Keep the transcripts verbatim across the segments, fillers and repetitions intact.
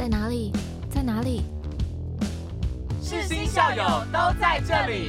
在哪里？在哪里？ 世新校友都在这里。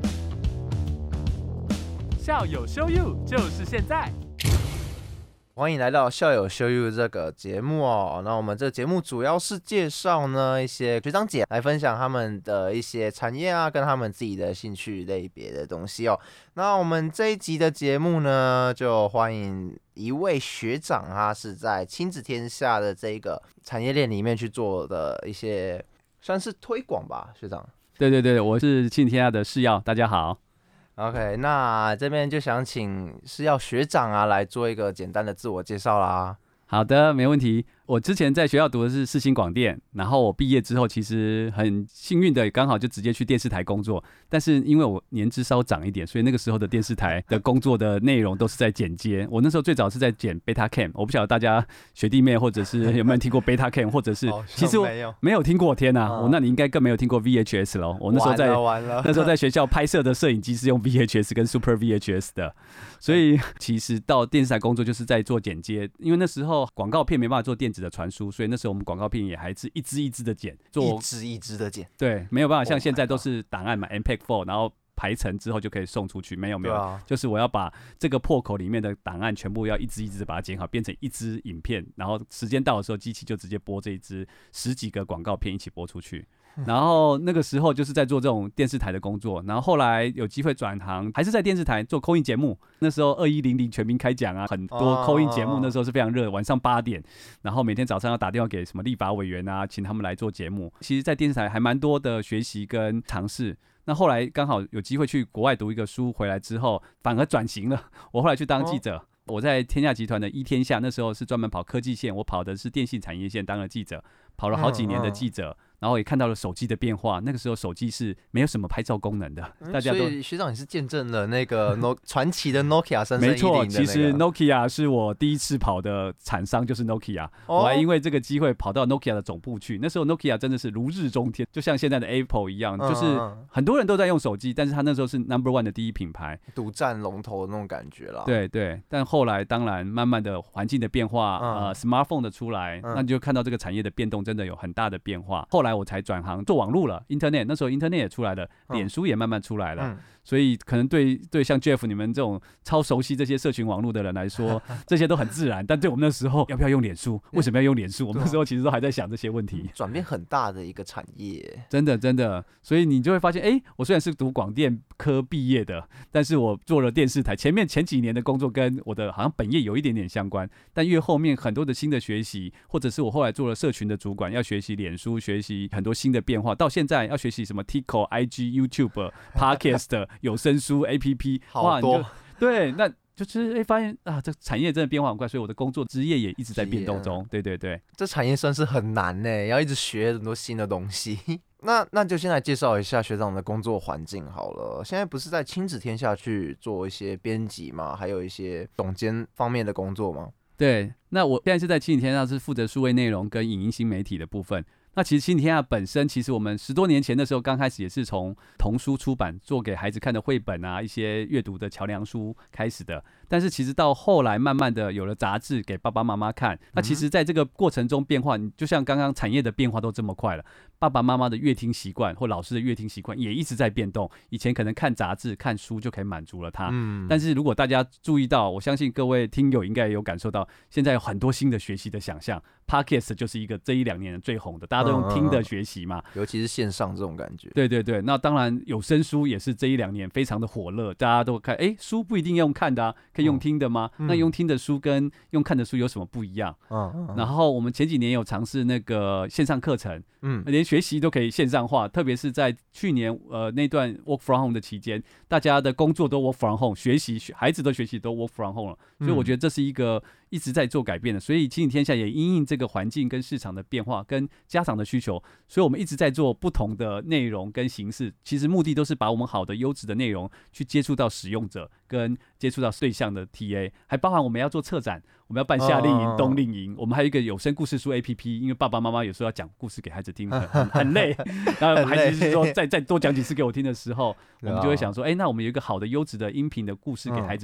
校友 show you 就是现在。 欢迎来到校友 show you 这个节目哦。那我们这个节目主要是介绍呢一些学长姐来分享他们的一些产业啊，跟他们自己的兴趣类别的东西哦。那我们这一集的节目呢，就欢迎一位学长，他是在亲子天下的这个产业链里面去做的一些算是推广吧，学长。 对对对，我是亲子天下的世耀，大家好。 OK， 那这边就想请是要学长啊来做一个简单的自我介绍啦。 好的，没问题。我之前在学校读的是世新广电，然后我毕业之后其实很幸运的刚好就直接去电视台工作，但是因为我年资稍长一点，所以那个时候的电视台的工作的内容都是在剪接。我那时候最早是在剪 Beta Cam， 我不晓得大家学弟妹或者是有没有听过 Beta Cam， 或者是其实我没有听过，天哪、啊嗯，我那你应该更没有听过 V H S 咯。我那时候在那时候在学校拍摄的摄影机是用 V H S 跟 Super V H S 的，所以其实到电视台工作就是在做剪接，因为那时候广告片没办法做电子的传输，所以那时候我们广告片也还是一支一支的剪，做一支一支的剪， 对，没有办法像现在都是档案嘛 M P E G 四， 然后排成之后就可以送出去，没有没有、啊，就是我要把这个破口里面的档案全部要一支一支把它剪好，变成一支影片，然后时间到的时候，机器就直接播这一支十几个广告片一起播出去。然后那个时候就是在做这种电视台的工作，然后后来有机会转行，还是在电视台做 call in 节目。那时候二一零零全民开讲啊，很多 call in 节目那时候是非常热，晚上八点，然后每天早上要打电话给什么立法委员啊，请他们来做节目。其实，在电视台还蛮多的学习跟尝试。那后来刚好有机会去国外读一个书，回来之后反而转型了。我后来去当记者。哦，我在天下集团的一天下，那时候是专门跑科技线，我跑的是电信产业线，当了记者，跑了好几年的记者，嗯嗯，然后也看到了手机的变化。那个时候手机是没有什么拍照功能的， 嗯、 大家都。 所以学长你是见证了那个传奇的 Nokia 三三一零的、那個、 没错，其实 Nokia 是我第一次跑的厂商，就是 Nokia、哦。我还因为这个机会跑到 Nokia 的总部去。那时候 Nokia 真的是如日中天，就像现在的 Apple 一样，嗯、就是很多人都在用手机，但是他那时候是 number one 的第一品牌， 独占龙头的那种感觉啦。 对对，但后来当然慢慢的环境的变化，嗯、呃 ，smartphone 的出来、嗯，那你就看到这个产业的变动真的有很大的变化。后来我才转行做网路了 ，Internet 那时候 Internet 也出来了，脸书也慢慢出来了。嗯嗯，所以可能对对像 Jeff 你们这种超熟悉这些社群网络的人来说，这些都很自然。但对我们那时候要不要用脸书？为什么要用脸书？我们那时候其实都还在想这些问题。 转变很大的一个产业， 真的真的。所以你就会发现，哎，我虽然是读广电科毕业的，但是我做了电视台。前面前几年的工作跟我的好像本业有一点点相关，但越后面很多的新的学习，或者是我后来做了社群的主管，要学习脸书，学习很多新的变化。到现在要学习什么 TikTok、I G、YouTube、Podcast 有声书 A P P， 好多。 对，那就是哎发现啊，这产业真的变化很快，所以我的工作职业也一直在变动中。对对对， 这产业算是很难呢，要一直学很多新的东西。那那就先来介绍一下学长的工作环境好了。现在不是在亲子天下去做一些编辑吗？还有一些总监方面的工作吗？ 对，那我现在是在亲子天下是负责数位内容跟影音新媒体的部分。那其实亲子天下本身，其实我们十多年前的时候刚开始也是从童书出版，做给孩子看的绘本啊，一些阅读的桥梁书开始的。但是其实到后来慢慢的有了杂志给爸爸妈妈看，那其实在这个过程中变化，你就像刚刚产业的变化都这么快了，爸爸妈妈的阅听习惯或老师的阅听习惯也一直在变动。以前可能看杂志看书就可以满足了他，嗯，但是如果大家注意到，我相信各位听友应该也有感受到，现在有很多新的学习的想象。Podcast 就是一个这一两年最红的，大家都用听的学习嘛，嗯嗯嗯， 尤其是线上这种感觉。 对对对，那当然有声书也是这一两年非常的火热，大家都看，哎，书不一定要用看的啊，可以用听的吗？嗯、那用听的书跟用看的书有什么不一样？嗯嗯嗯，然后我们前几年有尝试那个线上课程，嗯，连学习都可以线上化，特别是在去年呃那段 work from home 的期间，大家的工作都 work from home， 学习孩子的学习都 work from home 了，所以我觉得这是一个一直在做改变的，所以亲子天下也因应这个环境跟市场的变化跟家长的需求，所以我们一直在做不同的内容跟形式，其实目的都是把我们好的优质的内容去接触到使用者跟接触到对象的 T A， 还包含我们要做策展，我们要办夏令营、冬令营，我们还有一个有声故事书 A P P， 因为爸爸妈妈有时候要讲故事给孩子听，很很很累，然后孩子是说再再多讲几次给我听的时候，我们就会想说，哎，那我们有一个好的优质的音频的故事给孩子听，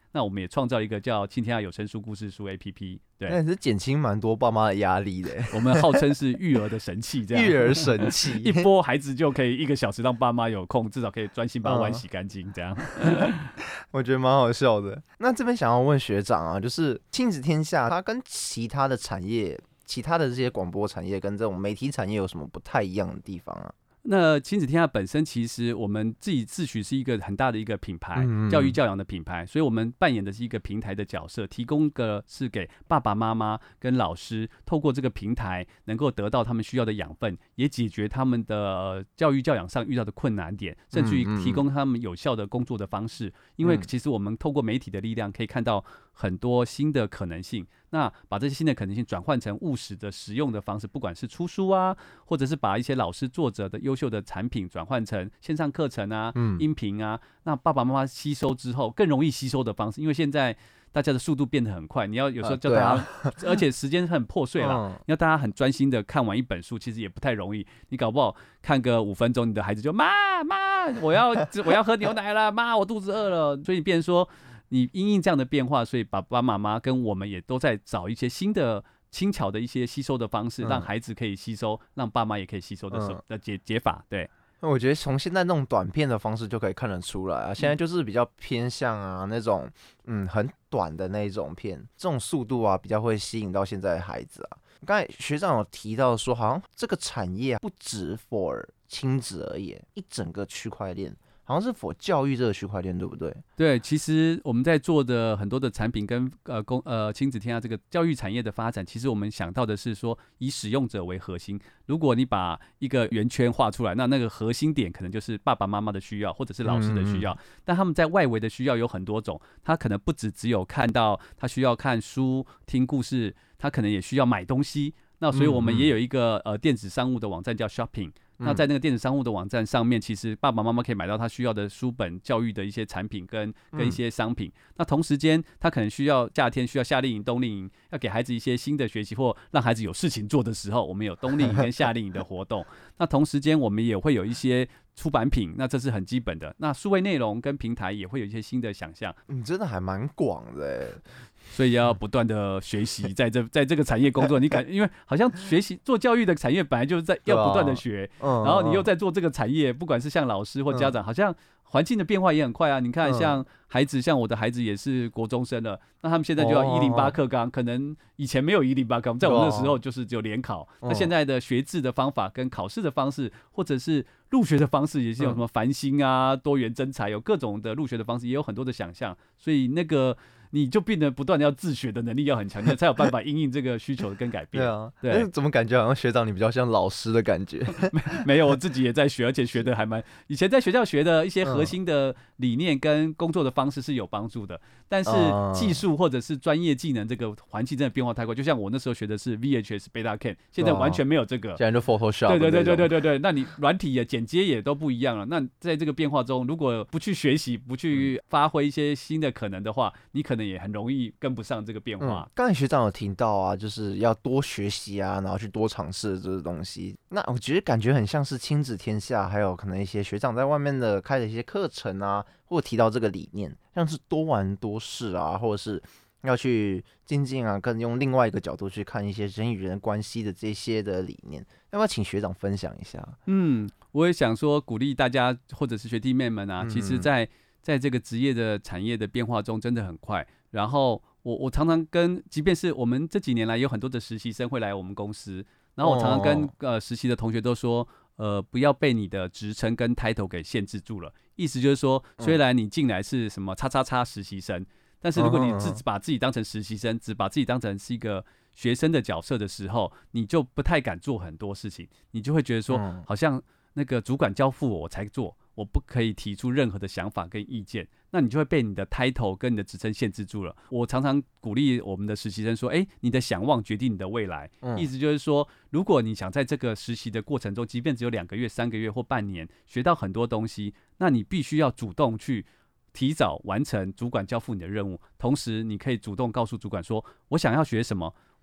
那我们也创造一个叫亲天下有声书故事书 A P P， 对， 那也是减轻蛮多爸妈的压力的。 我们号称是育儿的神器，这样育儿神器， 一播孩子就可以一个小时让爸妈有空，至少可以专心把碗洗干净，这样。 我觉得蛮好笑的。那这边想要问学长啊，就是亲子天下它跟其他的产业、其他的这些广播产业跟这种媒体产业有什么不太一样的地方啊？ 那亲子天下本身其实我们自己自诩是一个很大的一个品牌， 嗯、 教育教养的品牌，所以我们扮演的是一个平台的角色，提供的是给爸爸妈妈跟老师透过这个平台能够得到他们需要的养分，也解决他们的教育教养上遇到的困难点，甚至于提供他们有效的工作的方式。因为其实我们透过媒体的力量可以看到很多新的可能性，那把这些新的可能性转换成务实的实用的方式，不管是出书啊，或者是把一些老师作者的优秀的产品转换成线上课程啊、嗯、音频啊，那爸爸妈妈吸收之后更容易吸收的方式，因为现在大家的速度变得很快，你要有时候叫大家、啊啊、而且时间很破碎啦、嗯、你要大家很专心的看完一本书其实也不太容易，你搞不好看个五分钟你的孩子就妈妈我要我要喝牛奶了，妈我肚子饿了，所以变成说你因应这样的变化，所以爸爸妈妈跟我们也都在找一些新的轻巧的一些吸收的方式、嗯、让孩子可以吸收，让爸妈也可以吸收的、嗯、的 解, 解法。对， 那我觉得从现在那种短片的方式就可以看得出来啊，现在就是比较偏向啊那种嗯很短的那种片，这种速度啊比较会吸引到现在的孩子啊。刚才学长有提到说，好像这个产业不止 for 亲子而已，一整个区块链。好像是 for 教育这个区块链，对不对？ 对，其实我们在做的很多的产品跟呃公呃亲子天下这个教育产业的发展，其实我们想到的是说以使用者为核心。如果你把一个圆圈画出来，那那个核心点可能就是爸爸妈妈的需要，或者是老师的需要。嗯、但他们在外围的需要有很多种，他可能不只只有看到他需要看书、听故事，他可能也需要买东西。那所以我们也有一个呃电子商务的网站叫 Shopping。那在那个电子商务的网站上面，其实爸爸妈妈可以买到他需要的书本、教育的一些产品跟跟一些商品。嗯、那同时间，他可能需要夏天需要夏令营、冬令营，要给孩子一些新的学习或让孩子有事情做的时候，我们有冬令营跟夏令营的活动。那同时间，我们也会有一些出版品，那这是很基本的。那数位内容跟平台也会有一些新的想象。 你真的还蛮广的耶。 所以要不断的学习，在这在这个产业工作，你感因为好像学习做教育的产业本来就是在要不断的学，啊嗯、然后你又在做这个产业，不管是像老师或家长，嗯、好像环境的变化也很快啊。你看，像孩子，像我的孩子也是国中生了，那他们现在就要一零八课纲，可能以前没有一零八课纲，在我们那时候就是只有联考。那现在的学制的方法跟考试的方式，或者是入学的方式，也是有什么繁星啊、多元征才，有各种的入学的方式，也有很多的想象。所以那个。你就变得不断的要自学的能力要很强，你才有办法因应这个需求跟改变。 对啊，对，怎么感觉好像学长你比较像老师的感觉？ 没, 没有，我自己也在学，而且学的还蛮。以前在学校学的一些核心的理念跟工作的方式是有帮助的，但是技术或者是专业技能这个环境真的变化太快。就像我那时候学的是 V H S、Betacam， 现在完全没有这个， 现在就 Photoshop。 对对对对对对对，那你软体也剪接也都不一样了。那在这个变化中，如果不去学习，不去发挥一些新的可能的话，你可能也很容易跟不上这个变化。 刚、嗯、才学长有听到啊，就是要多学习啊，然后去多尝试这个东西。那我觉得感觉很像是亲子天下，还有可能一些学长在外面的开的一些课程啊，或者提到这个理念，像是多玩多试啊，或者是要去精进啊，更用另外一个角度去看一些人与人关系的这些的理念。要不要请学长分享一下？ 嗯，我也想说鼓励大家或者是学弟妹们啊，嗯、其实在在这个职业的产业的变化中真的很快。然后我我常常跟，即便是我们这几年来有很多的实习生会来我们公司，然后我常常跟、哦、呃实习的同学都说，呃不要被你的职称跟 title 给限制住了。意思就是说，虽然你进来是什么叉叉叉实习生，但是如果你只把自己当成实习生，只把自己当成是一个学生的角色的时候，你就不太敢做很多事情，你就会觉得说，嗯、好像那个主管交付我我才做，我不可以提出任何的想法跟意见，那你就会被你的 title 跟你的职称限制住了。我常常鼓励我们的实习生说，哎，你的想望决定你的未来。嗯、意思就是说，如果你想在这个实习的过程中，即便只有两个月、三个月或半年，学到很多东西，那你必须要主动去提早完成主管交付你的任务，同时你可以主动告诉主管说，我想要学什么，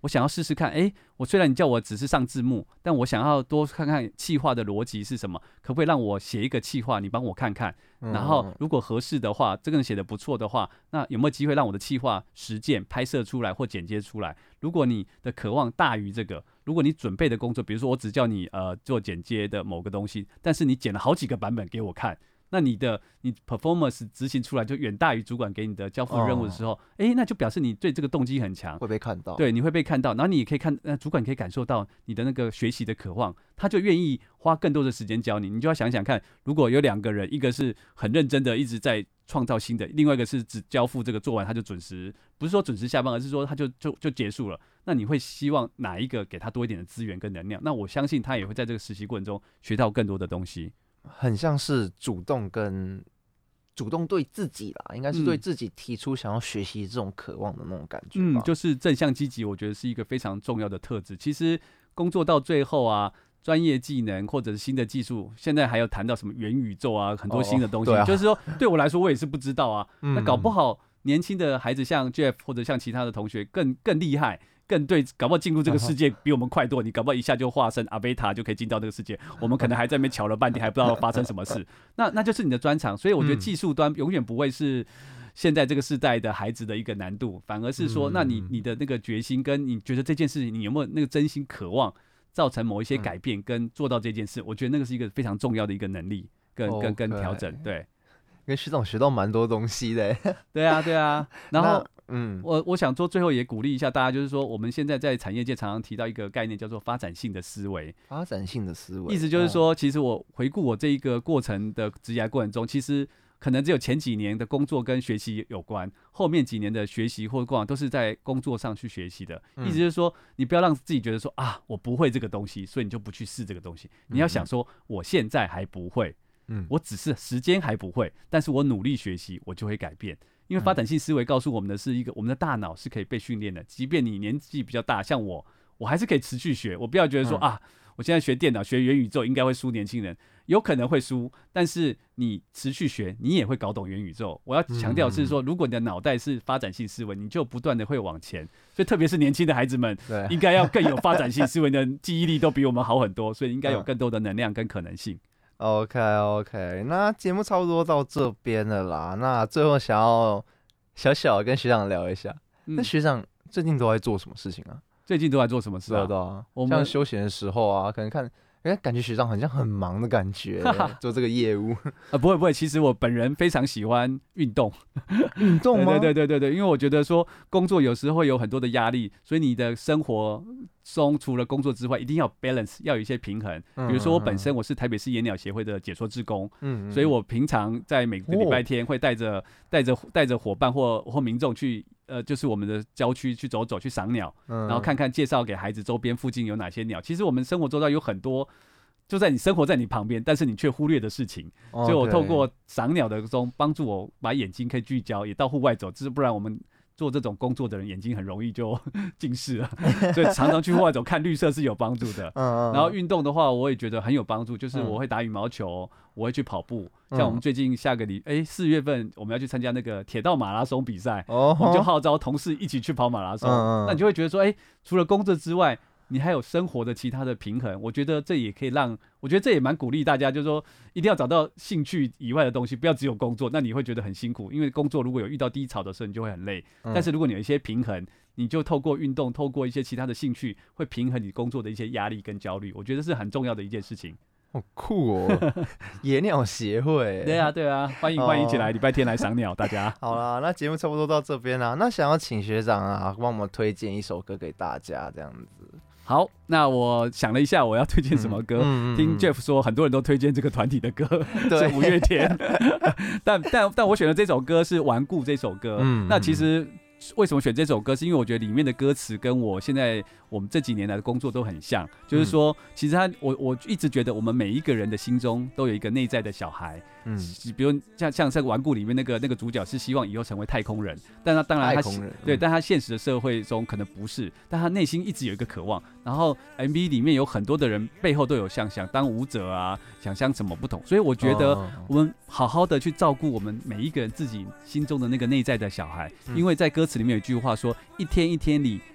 我想要试试看，哎，我虽然你叫我只是上字幕，但我想要多看看企划的逻辑是什么，可不可以让我写一个企划，你帮我看看，然后如果合适的话，这个人写的不错的话，那有没有机会让我的企划实践拍摄出来或剪接出来？如果你的渴望大于这个，如果你准备的工作，比如说我只叫你呃做剪接的某个东西，但是你剪了好几个版本给我看，那你的你 performance 执行出来就远大于主管给你的交付任务的时候，哎、哦，那就表示你对这个动机很强， 会被看到。 对，你会被看到，然后你也可以看，呃，主管可以感受到你的那个学习的渴望，他就愿意花更多的时间教你。你就要想想看，如果有两个人，一个是很认真的一直在创造新的，另外一个是只交付这个做完他就准时，不是说准时下班，而是说他就就就结束了。那你会希望哪一个给他多一点的资源跟能量？那我相信他也会在这个实习过程中学到更多的东西。 很像是主动跟主动对自己啦，应该是对自己提出想要学习这种渴望的那种感觉吧。 嗯，就是正向积极，我觉得是一个非常重要的特质。其实工作到最后啊，专业技能或者是新的技术，现在还有谈到什么元宇宙啊，很多新的东西，哦啊、就是说对我来说我也是不知道啊。嗯、那搞不好年轻的孩子像 Jeff 或者像其他的同学更更厉害。更对，搞不好进入这个世界比我们快多，你搞不好一下就化身阿贝塔就可以进到这个世界，我们可能还在那边瞧了半天，还不知道发生什么事。那那就是你的专长，所以我觉得技术端永远不会是现在这个世代的孩子的一个难度，反而是说，那你你的那个决心跟你觉得这件事情你有没有那个真心渴望，造成某一些改变跟做到这件事，我觉得那个是一个非常重要的一个能力跟跟跟调整，对。 跟学长学到蛮多东西的， 对啊，对啊。然后，嗯，我我想说，最后也鼓励一下大家，就是说，我们现在在产业界常常提到一个概念，叫做发展性的思维。 发展性的思维， 意思就是说，哦、其实我回顾我这一个过程的职业过程中，其实可能只有前几年的工作跟学习有关，后面几年的学习或过往都是在工作上去学习的。嗯、意思就是说，你不要让自己觉得说啊，我不会这个东西，所以你就不去试这个东西。你要想说，我现在还不会。嗯，我只是时间还不会，但是我努力学习，我就会改变。因为发展性思维告诉我们的是一个，我们的大脑是可以被训练的。即便你年纪比较大，像我，我还是可以持续学。我不要觉得说、嗯、啊，我现在学电脑、学元宇宙应该会输年轻人，有可能会输，但是你持续学，你也会搞懂元宇宙。我要强调是说，如果你的脑袋是发展性思维，你就不断的会往前。所以特别是年轻的孩子们，应该要更有发展性思维的记忆力都比我们好很多，所以应该有更多的能量跟可能性。 OK OK， 那节目差不多到这边了啦。那最后想要小小的跟学长聊一下，嗯、那学长最近都在做什么事情啊？ 最近都在做什么事啊？ 对啊，我们像休闲的时候啊，可能看，哎，感觉学长好像很忙的感觉，做这个业务啊，不会不会，其实我本人非常喜欢运动， 运动吗？ 对对对对对，因为我觉得说工作有时候会有很多的压力，所以你的生活中除了工作之外，一定要 balance， 要有一些平衡。比如说我本身我是台北市野鸟协会的解说志工，嗯，所以我平常在每个礼拜天会带着带着带着伙伴或或民众去，呃，就是我们的郊区去走走，去赏鸟，然后看看介绍给孩子周边附近有哪些鸟。其实我们生活周遭有很多就在你生活在你旁边，但是你却忽略的事情。所以我透过赏鸟的中帮助我把眼睛可以聚焦，也到户外走，就是不然我们做这种工作的人眼睛很容易就近视了，所以常常去户外走看绿色是有帮助的。然后运动的话，我也觉得很有帮助，就是我会打羽毛球，我会去跑步。像我们最近下个礼哎四月份我们要去参加那个铁道马拉松比赛，我们就号召同事一起去跑马拉松。那你就会觉得说，哎，除了工作之外，你还有生活的其他的平衡，我觉得这也可以让，我觉得这也蛮鼓励大家，就是说一定要找到兴趣以外的东西，不要只有工作，那你会觉得很辛苦，因为工作如果有遇到低潮的时候，你就会很累。嗯、但是如果你有一些平衡，你就透过运动，透过一些其他的兴趣，会平衡你工作的一些压力跟焦虑，我觉得是很重要的一件事情。 好酷哦，野鸟协会。 对啊，对啊，欢迎欢迎一起来，礼拜天来赏鸟，大家。 好啦，那节目差不多到这边啦。那想要请学长啊，帮我们推荐一首歌给大家，这样子。 好，那我想了一下，我要推荐什么歌？嗯嗯嗯、听 Jeff 说，很多人都推荐这个团体的歌，是五月天。但但但我选的这首歌是《顽固》这首歌。嗯、那其实为什么选这首歌？是因为我觉得里面的歌词跟我现在我们这几年来的工作都很像，就是说，其实他我我一直觉得我们每一个人的心中都有一个内在的小孩。嗯，比如像像在《顽固》里面那个那个主角是希望以后成为太空人，但他当然他太空人、嗯、对，但他现实的社会中可能不是，但他内心一直有一个渴望。然后 M V 里面有很多的人背后都有想想当舞者啊，想象什么不同，所以我觉得我们好好的去照顾我们每一个人自己心中的那个内在的小孩，嗯、因为在歌词里面有一句话说，一天一天里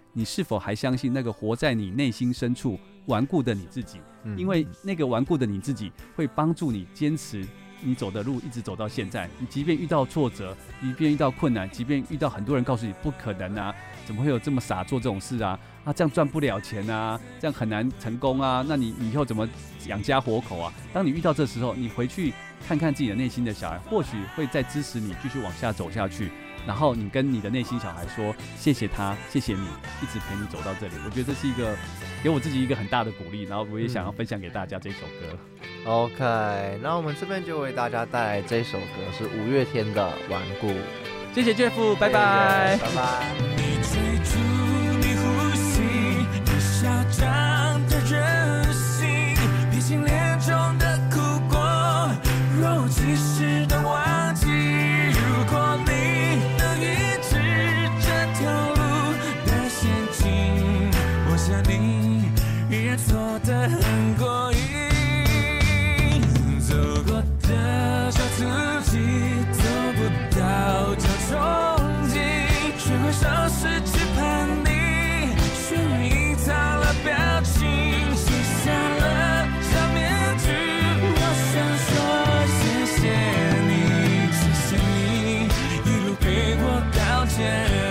你是否还相信那个活在你内心深处顽固的你自己？嗯、因为那个顽固的你自己会帮助你坚持你走的路，一直走到现在。你即便遇到挫折，即便遇到困难，即便遇到很多人告诉你不可能啊，怎么会有这么傻做这种事啊？啊，这样赚不了钱啊，这样很难成功啊，那你以后怎么养家活口啊？当你遇到这时候，你回去看看自己的内心的小孩，或许会再支持你继续往下走下去。然后你跟你的内心小孩说，谢谢他，谢谢你一直陪你走到这里。我觉得这是一个给我自己一个很大的鼓励，然后我也想要分享给大家这首歌。 嗯、OK， 那我们这边就为大家带来这首歌，是五月天的《顽固》。 谢谢 Jeff， 拜拜， 拜拜。 你追逐你呼吸，你嚣张的任性，披荆脸中的苦果，若无其事的忘记。如果你能抑制这条路的陷阱，我想你依然错得很过瘾。走过的小自己，走不到这憧憬，却会丧失去叛逆，却隐藏了表情，卸下了假面具。我想说谢谢你，谢谢你一路陪我到这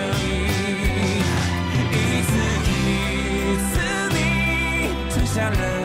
里，一次一次你吞下了